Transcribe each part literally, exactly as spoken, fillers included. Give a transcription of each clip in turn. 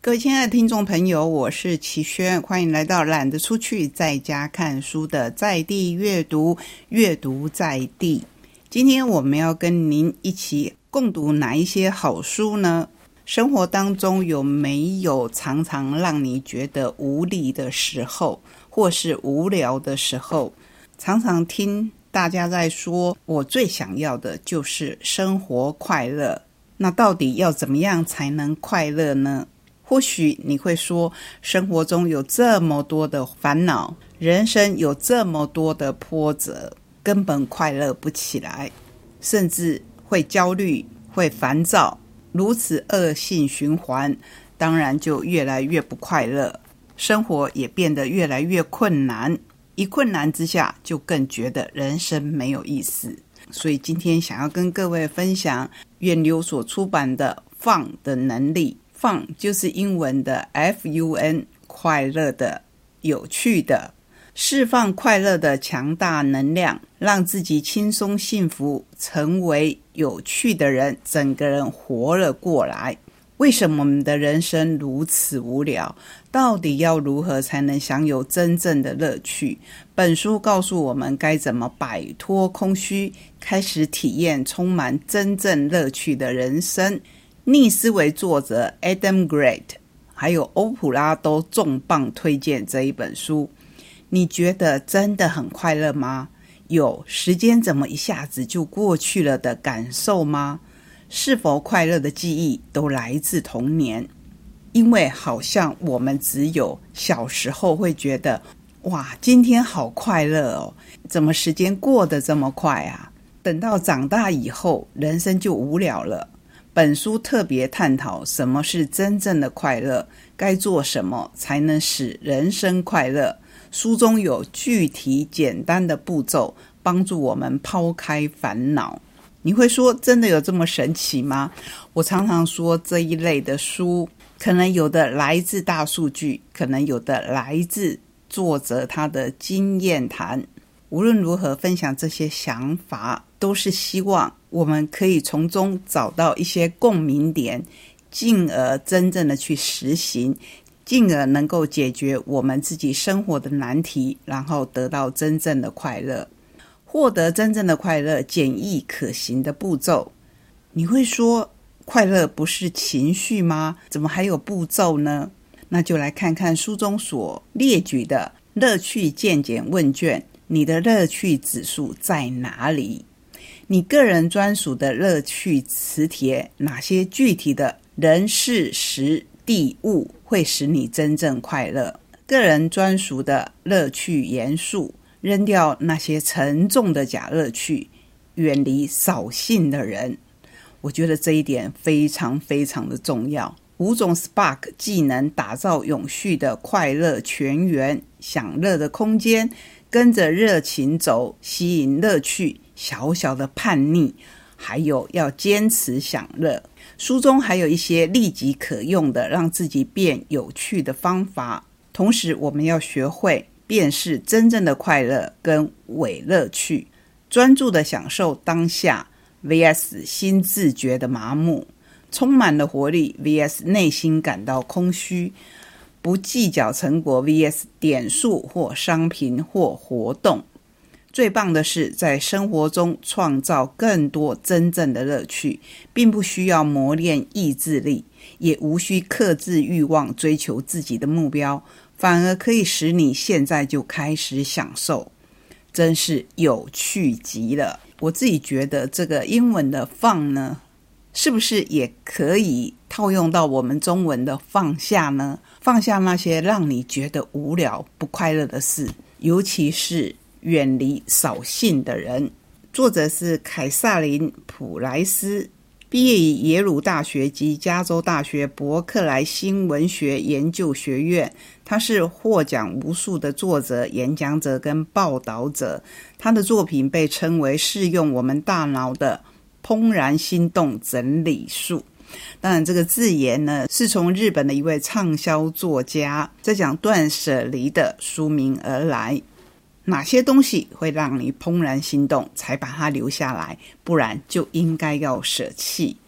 各位亲爱的听众朋友，我是齐轩，欢迎来到懒得出去在家看书的在地阅读，阅读在地。今天我们要跟您一起共读哪一些好书呢？生活当中有没有常常让你觉得无力的时候，或是无聊的时候？常常听大家在说，我最想要的就是生活快乐。那到底要怎么样才能快乐呢？或许你会说，生活中有这么多的烦恼，人生有这么多的波折，根本快乐不起来，甚至会焦虑，会烦躁，如此恶性循环，当然就越来越不快乐，生活也变得越来越困难，一困难之下就更觉得人生没有意思。所以今天想要跟各位分享远流所出版的《放的能力》。放就是英文的 F U N， 快乐的，有趣的，释放快乐的强大能量，让自己轻松幸福，成为有趣的人，整个人活了过来。为什么我们的人生如此无聊？到底要如何才能享有真正的乐趣？本书告诉我们该怎么摆脱空虚，开始体验充满真正乐趣的人生。逆思维作者 Adam Grant 还有欧普拉都重磅推荐这一本书。你觉得真的很快乐吗？有时间怎么一下子就过去了的感受吗？是否快乐的记忆都来自童年？因为好像我们只有小时候会觉得，哇，今天好快乐哦，怎么时间过得这么快啊？等到长大以后，人生就无聊了。本书特别探讨什么是真正的快乐，该做什么才能使人生快乐。书中有具体简单的步骤，帮助我们抛开烦恼。你会说，真的有这么神奇吗？我常常说，这一类的书可能有的来自大数据，可能有的来自作者他的经验谈。无论如何，分享这些想法都是希望我们可以从中找到一些共鸣点，进而真正的去实行，进而能够解决我们自己生活的难题，然后得到真正的快乐。获得真正的快乐，简易可行的步骤。你会说，快乐不是情绪吗？怎么还有步骤呢？那就来看看书中所列举的乐趣健检问卷。你的乐趣指数在哪里？你个人专属的乐趣磁铁，哪些具体的人事时地物会使你真正快乐？个人专属的乐趣元素，扔掉那些沉重的假乐趣，远离扫兴的人。我觉得这一点非常非常的重要。五种 Spark 技能打造永续的快乐泉源，享乐的空间，跟着热情走，吸引乐趣，小小的叛逆，还有要坚持享乐。书中还有一些立即可用的让自己变有趣的方法，同时我们要学会辨识真正的快乐跟伪乐趣，专注的享受当下 vs 新自觉的麻木，充满了活力 vs 内心感到空虚，不计较成果 vs 点数或商品或活动。最棒的是在生活中创造更多真正的乐趣，并不需要磨练意志力，也无需克制欲望追求自己的目标，反而可以使你现在就开始享受，真是有趣极了。我自己觉得这个英文的放呢，是不是也可以套用到我们中文的放下呢？放下那些让你觉得无聊不快乐的事，尤其是远离扫兴的人。作者是凯撒琳普莱斯，毕业于耶鲁大学及加州大学伯克莱新文学研究学院。他是获奖无数的作者、演讲者跟报道者。他的作品被称为适用我们大脑的怦然心动整理术。当然这个字眼呢，是从日本的一位畅销作家在讲断舍离的书名而来。哪些东西会让你怦然心动，才把它留下来，不然就应该要舍弃。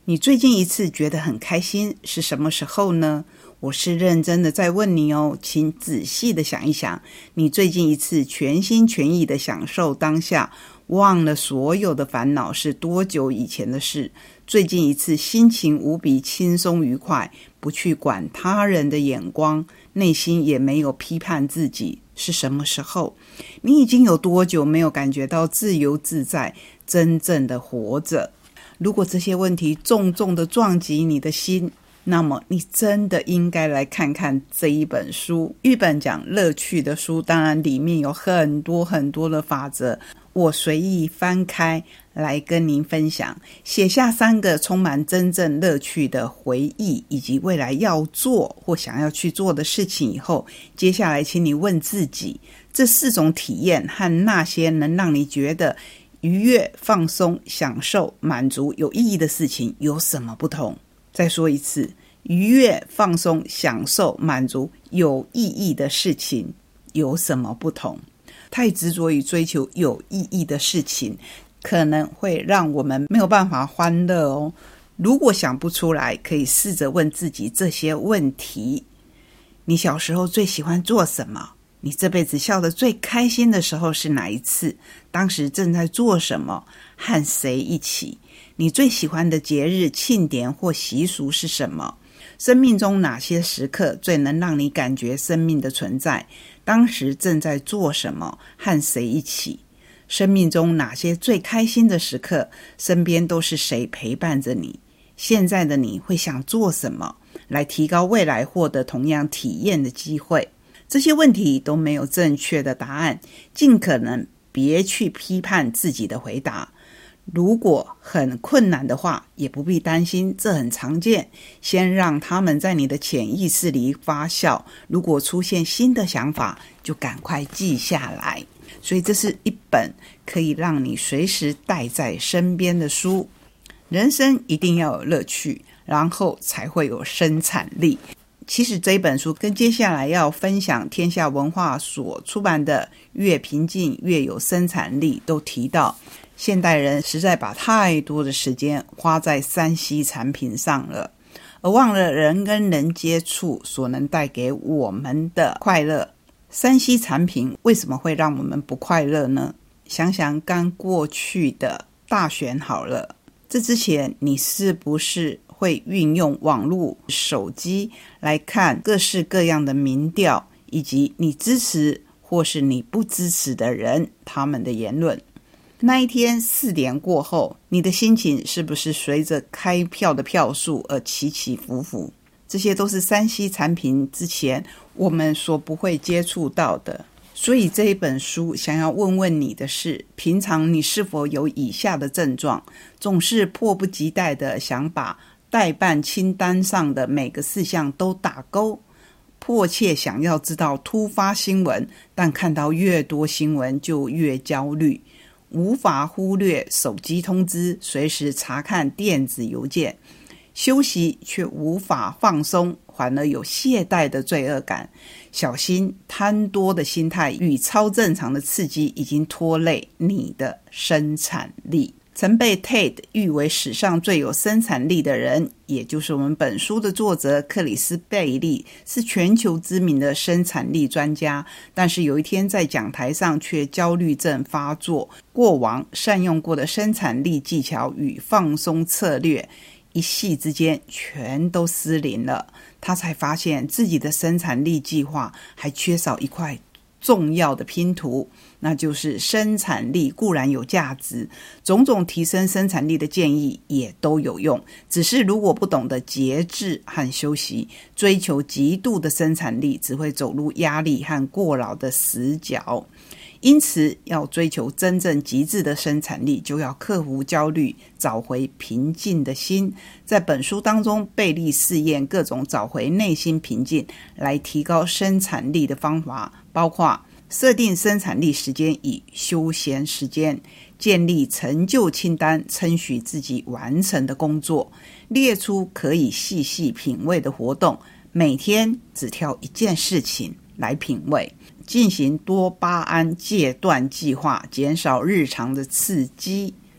你最近一次觉得很开心是什么时候呢？我是认真的在问你哦，请仔细的想一想，你最近一次全心全意的享受当下，忘了所有的烦恼是多久以前的事？最近一次心情无比轻松愉快，不去管他人的眼光，内心也没有批判自己，是什么时候？你已经有多久没有感觉到自由自在，真正的活着？如果这些问题重重的撞击你的心，那么你真的应该来看看这一本书，一本讲乐趣的书。当然里面有很多很多的法则，我随意翻开来跟您分享。写下三个充满真正乐趣的回忆，以及未来要做或想要去做的事情以后，接下来请你问自己，这四种体验和那些能让你觉得愉悦、放松、享受、满足、有意义的事情有什么不同？再说一次，愉悦、放松、享受、满足、有意义的事情有什么不同？太执着于追求有意义的事情，可能会让我们没有办法欢乐哦。如果想不出来，可以试着问自己这些问题：你小时候最喜欢做什么？你这辈子笑得最开心的时候是哪一次？当时正在做什么？和谁一起？你最喜欢的节日、庆典或习俗是什么？生命中哪些时刻最能让你感觉生命的存在？当时正在做什么？和谁一起？生命中哪些最开心的时刻？身边都是谁陪伴着你？现在的你会想做什么，来提高未来获得同样体验的机会？这些问题都没有正确的答案，尽可能别去批判自己的回答。如果很困难的话，也不必担心，这很常见。先让他们在你的潜意识里发酵，如果出现新的想法，就赶快记下来。所以这是一本可以让你随时带在身边的书。人生一定要有乐趣，然后才会有生产力。其实这本书跟接下来要分享天下文化所出版的《越平静越有生产力》都提到，现代人实在把太多的时间花在 三 C 产品上了，而忘了人跟人接触所能带给我们的快乐。三 C 产品为什么会让我们不快乐呢？想想刚过去的大选好了，这之前你是不是会运用网络、手机来看各式各样的民调，以及你支持或是你不支持的人他们的言论？那一天四点过后，你的心情是不是随着开票的票数而起起伏伏？这些都是 三 C 产品之前我们所不会接触到的。所以这一本书想要问问你的是，平常你是否有以下的症状？总是迫不及待的想把待办清单上的每个事项都打勾，迫切想要知道突发新闻，但看到越多新闻就越焦虑，无法忽略手机通知，随时查看电子邮件，休息却无法放松，反而有懈怠的罪恶感。小心贪多的心态与超正常的刺激已经拖累你的生产力。曾被 T E D 誉为史上最有生产力的人，也就是我们本书的作者克里斯贝利，是全球知名的生产力专家。但是有一天在讲台上却焦虑症发作，过往善用过的生产力技巧与放松策略一夕之间全都失灵了。他才发现自己的生产力计划还缺少一块重要的拼图，那就是生产力固然有价值，种种提升生产力的建议也都有用，只是如果不懂得节制和休息，追求极度的生产力，只会走入压力和过劳的死角。因此要追求真正极致的生产力，就要克服焦虑，找回平静的心。在本书当中，贝利试验各种找回内心平静来提高生产力的方法，包括设定生产力时间与休闲时间，建立成就清单，称许自己完成的工作，列出可以细细品味的活动，每天只挑一件事情来品味，进行多巴胺戒断计划，减少日常的刺激，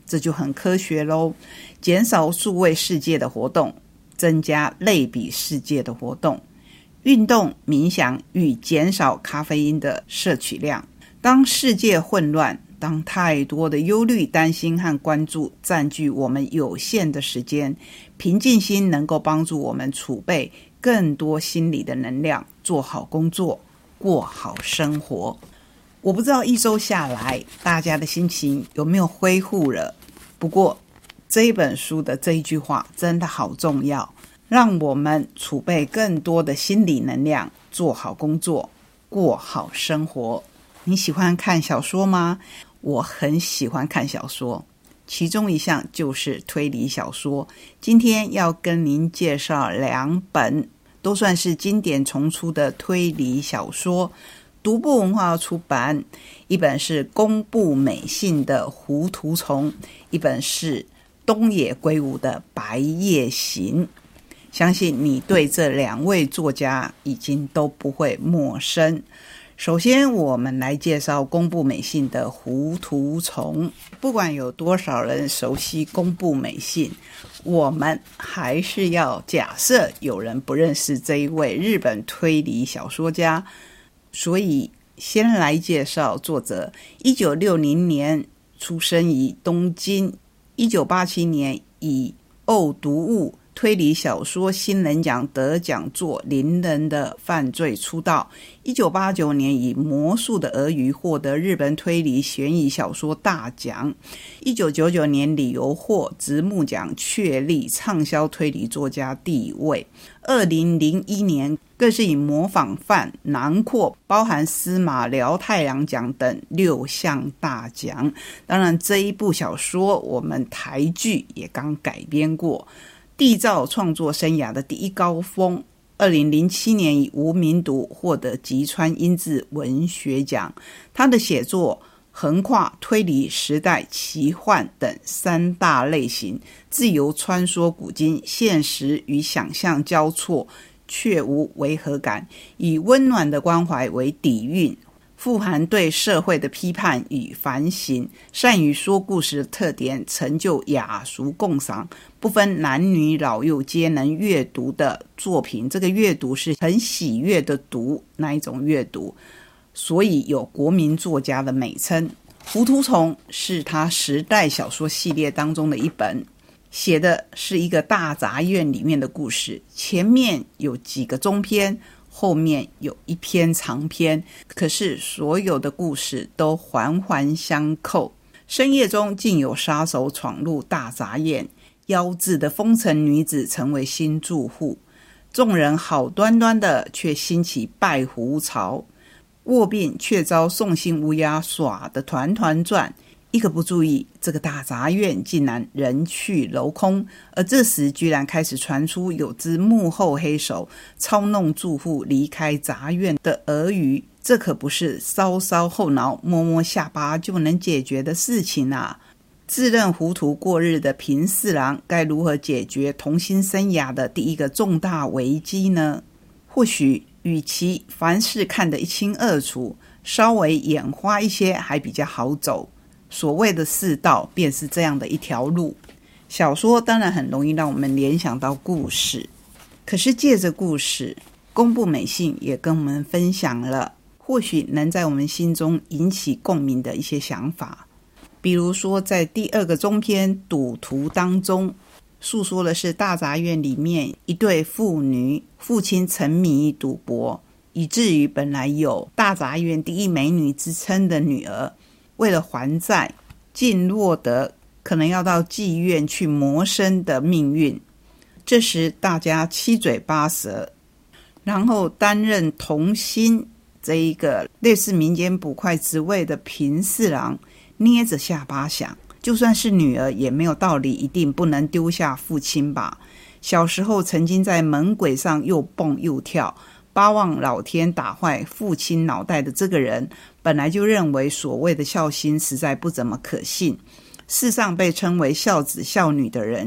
这就很科学咯。减少数位世界的活动，增加类比世界的活动，运动、冥想与减少咖啡因的摄取量。当世界混乱，当太多的忧虑、担心和关注占据我们有限的时间，平静心能够帮助我们储备更多心理的能量，做好工作，过好生活。我不知道一周下来大家的心情有没有恢复了，不过这一本书的这一句话真的好重要，让我们储备更多的心理能量，做好工作，过好生活。你喜欢看小说吗？我很喜欢看小说，其中一项就是推理小说。今天要跟您介绍两本都算是经典重出的推理小说，独步文化出版，一本是宫部美幸的《糊涂虫》，一本是东野圭吾的《白夜行》。相信你对这两位作家已经都不会陌生。首先我们来介绍宫部美幸的《糊涂虫》。不管有多少人熟悉宫部美幸，我们还是要假设有人不认识这一位日本推理小说家，所以先来介绍作者。一九六零年出生于东京，一九八七年以《呕毒物》推理小说新人奖得奖作《邻人的犯罪》出道。一九八九年以《魔术的俄语》获得日本推理悬疑小说大奖。一九九九年理由获直木奖，确立畅销推理作家地位。二零零一年更是以《模仿犯》囊括包含司马辽太郎奖等六项大奖。当然这一部小说我们台剧也刚改编过，缔造创作生涯的第一高峰。二零零七年以《无名读》获得吉川英治文学奖。他的写作横跨推理、时代、奇幻等三大类型，自由穿梭古今，现实与想象交错，却无违和感，以温暖的关怀为底蕴，富含对社会的批判与反省，善于说故事的特点成就雅俗共赏，不分男女老幼皆能阅读的作品。这个阅读是很喜悦的读，那一种阅读，所以有国民作家的美称。糊涂虫是他时代小说系列当中的一本，写的是一个大杂院里面的故事，前面有几个中篇，后面有一篇长篇，可是所有的故事都环环相扣。深夜中竟有杀手闯入大杂院，妖冶的风尘女子成为新住户，众人好端端的却兴起拜胡潮，卧病却遭送信乌鸦耍得团团转，一个不注意，这个大杂院竟然人去楼空。而这时居然开始传出有只幕后黑手操弄住户离开杂院的俄语，这可不是搔搔后脑摸摸下巴就能解决的事情啊！自认糊涂过日的平四郎该如何解决童星生涯的第一个重大危机呢？或许与其凡事看得一清二楚，稍微眼花一些还比较好走。所谓的世道便是这样的一条路。小说当然很容易让我们联想到故事，可是借着故事，宫部美幸也跟我们分享了或许能在我们心中引起共鸣的一些想法。比如说在第二个中篇赌徒当中，诉说的是大杂院里面一对父女，父亲沉迷赌博，以至于本来有大杂院第一美女之称的女儿，为了还债竟落得可能要到妓院去谋生的命运。这时大家七嘴八舌，然后担任童星这一个类似民间捕快职位的平四郎捏着下巴想，就算是女儿也没有道理一定不能丢下父亲吧。小时候曾经在门轨上又蹦又跳，巴望老天打坏父亲脑袋的这个人，本来就认为所谓的孝心实在不怎么可信。世上被称为孝子孝女的人，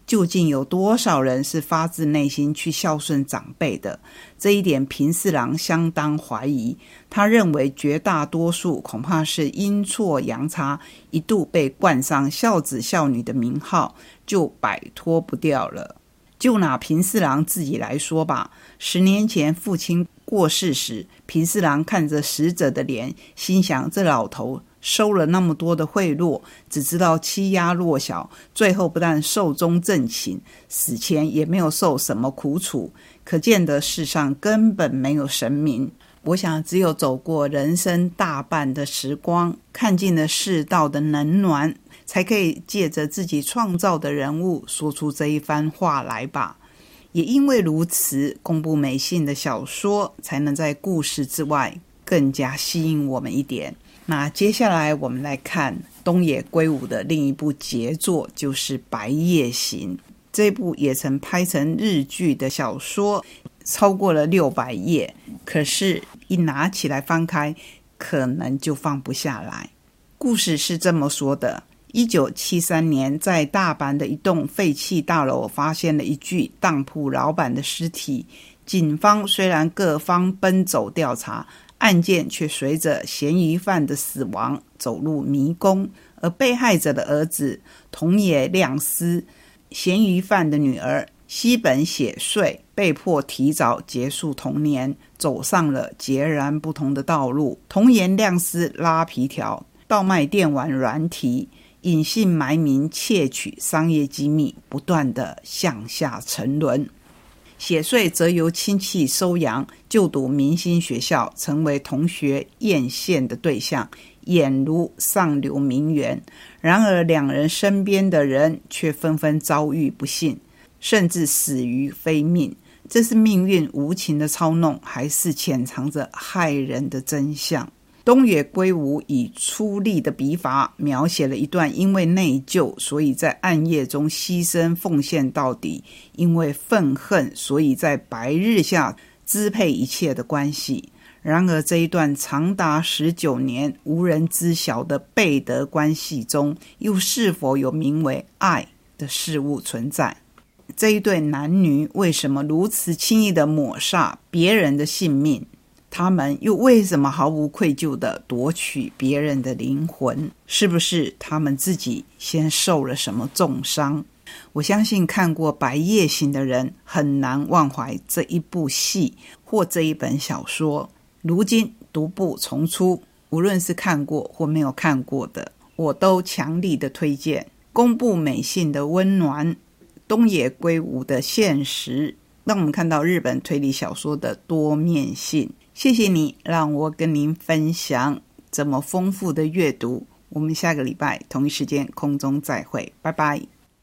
究竟有多少人是发自内心去孝顺长辈的？这一点平四郎相当怀疑。他认为绝大多数恐怕是阴错阳差，一度被冠上孝子孝女的名号，就摆脱不掉了。就拿平四郎自己来说吧，十年前父亲过世时，平四郎看着死者的脸，心想这老头收了那么多的贿赂，只知道欺压弱小，最后不但寿终正寝，死前也没有受什么苦楚，可见得世上根本没有神明。我想只有走过人生大半的时光，看尽了世道的冷暖，才可以借着自己创造的人物说出这一番话来吧。也因为如此，宫部美幸的小说才能在故事之外更加吸引我们一点。那接下来我们来看东野圭吾的另一部杰作，就是《白夜行》。这部也曾拍成日剧的小说，超过了六百页，可是一拿起来翻开，可能就放不下来。故事是这么说的：一九七三年，在大阪的一栋废弃大楼发现了一具当铺老板的尸体。警方虽然各方奔走调查，案件却随着嫌疑犯的死亡走入迷宫，而被害者的儿子桐野亮司，嫌疑犯的女儿西本血穗，被迫提早结束童年，走上了截然不同的道路。桐野亮司拉皮条，倒卖电玩软体，隐姓埋名窃取商业机密，不断的向下沉沦。血穗则由亲戚收养，就读明星学校，成为同学艳羡的对象，俨如上流名媛。然而两人身边的人却纷纷遭遇不幸，甚至死于非命。这是命运无情的操弄，还是潜藏着害人的真相？东野圭吾以粗粝的笔法描写了一段因为内疚，所以在暗夜中牺牲奉献到底，因为愤恨，所以在白日下支配一切的关系。然而这一段长达十九年无人知晓的背德关系中，又是否有名为爱的事物存在？这一对男女为什么如此轻易地抹煞别人的性命？他们又为什么毫无愧疚地夺取别人的灵魂？是不是他们自己先受了什么重伤？我相信看过《白夜行》的人很难忘怀这一部戏或这一本小说。如今独步重出，无论是看过或没有看过的，我都强力的推荐。宫部美幸的温暖，东野圭吾的现实，让我们看到日本推理小说的多面性。谢谢你让我跟您分享这么丰富的阅读，我们下个礼拜同一时间空中再会，拜拜。